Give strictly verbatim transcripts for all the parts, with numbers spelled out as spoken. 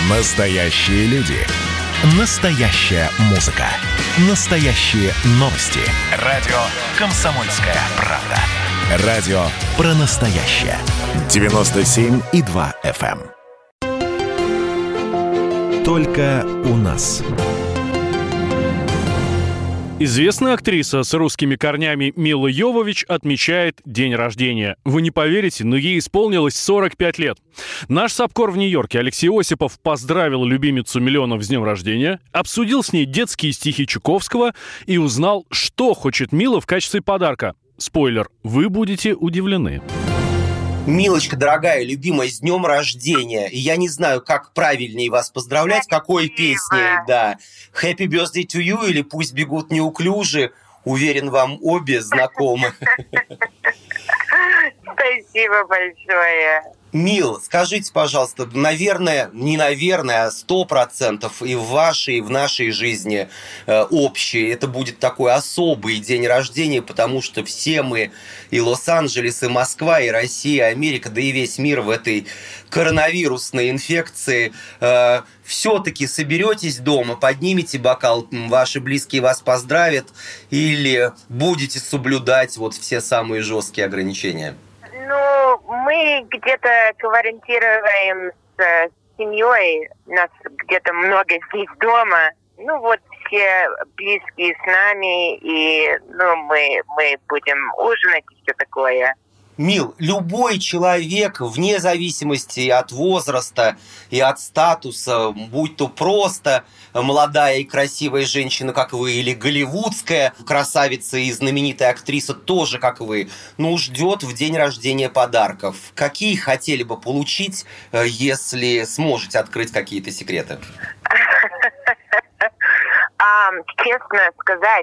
Настоящие люди. Настоящая музыка. Настоящие новости. Радио «Комсомольская правда». Радио про настоящее. девяносто семь и два эф эм. Только у нас. Известная актриса с русскими корнями Мила Йовович отмечает день рождения. Вы не поверите, но ей исполнилось сорок пять лет. Наш САПКОР в Нью-Йорке Алексей Осипов поздравил любимицу миллионов с днем рождения, обсудил с ней детские стихи Чуковского и узнал, что хочет Мила в качестве подарка. Спойлер, вы будете удивлены. Милочка, дорогая, любимая, с днем рождения. И я не знаю, как правильнее вас поздравлять, какой песней, да. Happy birthday to you или пусть бегут неуклюже. Уверен, вам обе знакомы. Спасибо большое. Мил, скажите, пожалуйста, наверное, не наверное, а сто процентов и в вашей, и в нашей жизни э, общей это будет такой особый день рождения, потому что все мы, и Лос-Анджелес, и Москва, и Россия, и Америка, да и весь мир в этой коронавирусной инфекции э, все-таки соберетесь дома, поднимете бокал, ваши близкие вас поздравят, или будете соблюдать вот все самые жесткие ограничения? Ну, мы где-то квартируем с семьей, нас где-то много здесь дома. Ну вот все близкие с нами, и ну мы, мы будем ужинать и все такое. Мил, любой человек, вне зависимости от возраста и от статуса, будь то просто молодая и красивая женщина, как вы, или голливудская красавица и знаменитая актриса, тоже как вы, ну, ждет в день рождения подарков. Какие хотели бы получить, если сможете открыть какие-то секреты? Честно сказать,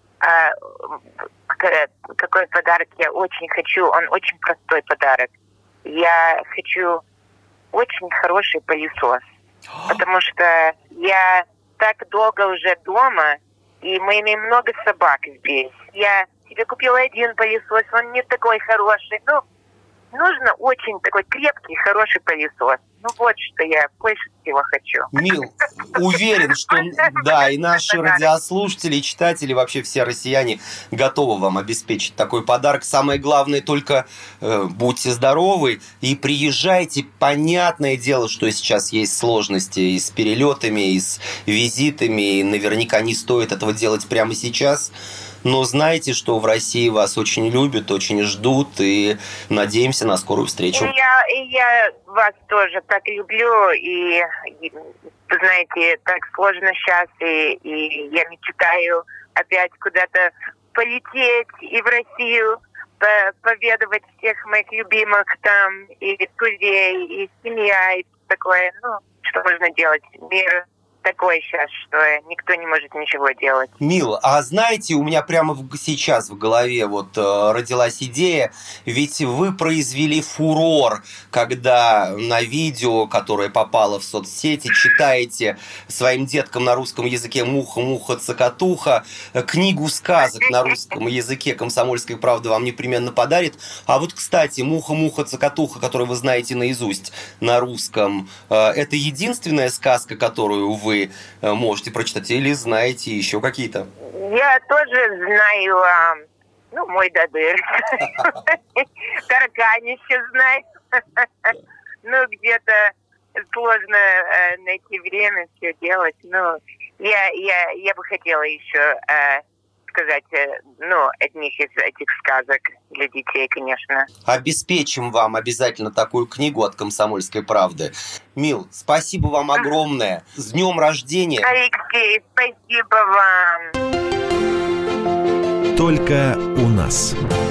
какой подарок я очень хочу. Он очень простой подарок. Я хочу очень хороший пылесос. Потому что я так долго уже дома, и мы имеем много собак здесь. Я себе купила один пылесос, он не такой хороший. Ну, нужно очень такой крепкий, хороший пылесос. Ну вот, что я больше всего хочу. Мил, уверен, что да, и наши радиослушатели, и читатели, вообще все россияне готовы вам обеспечить такой подарок. Самое главное, только э, будьте здоровы и приезжайте. Понятное дело, что сейчас есть сложности и с перелетами, и с визитами, и наверняка не стоит этого делать прямо сейчас. Но знайте, что в России вас очень любят, очень ждут, и надеемся на скорую встречу. И я, и я вас тоже так люблю, и, и вы знаете, так сложно сейчас, и, и я мечтаю опять куда-то полететь и в Россию, поведывать всех моих любимых там, и друзей, и семья, и такое. Ну, что можно делать? Мир такой сейчас, что никто не может ничего делать. Мила, а знаете, у меня прямо сейчас в голове вот э, родилась идея, ведь вы произвели фурор, когда на видео, которое попало в соцсети, читаете своим деткам на русском языке «Муха-муха-цокотуха», книгу сказок на русском языке «Комсомольская правда» вам непременно подарит. А вот, кстати, «Муха-муха-цокотуха», которую вы знаете наизусть на русском, э, это единственная сказка, которую вы вы можете прочитать, или знаете еще какие-то? Я тоже знаю, а, ну, мой дадыр. Тараканище знаю. Ну, где-то сложно найти время все делать. Ну, я, я, я бы хотела еще сказать, ну, одних из этих сказок для детей, конечно. Обеспечим вам обязательно такую книгу от «Комсомольской правды». Мил, спасибо вам огромное. С днем рождения. Алексей, спасибо вам. Только у нас.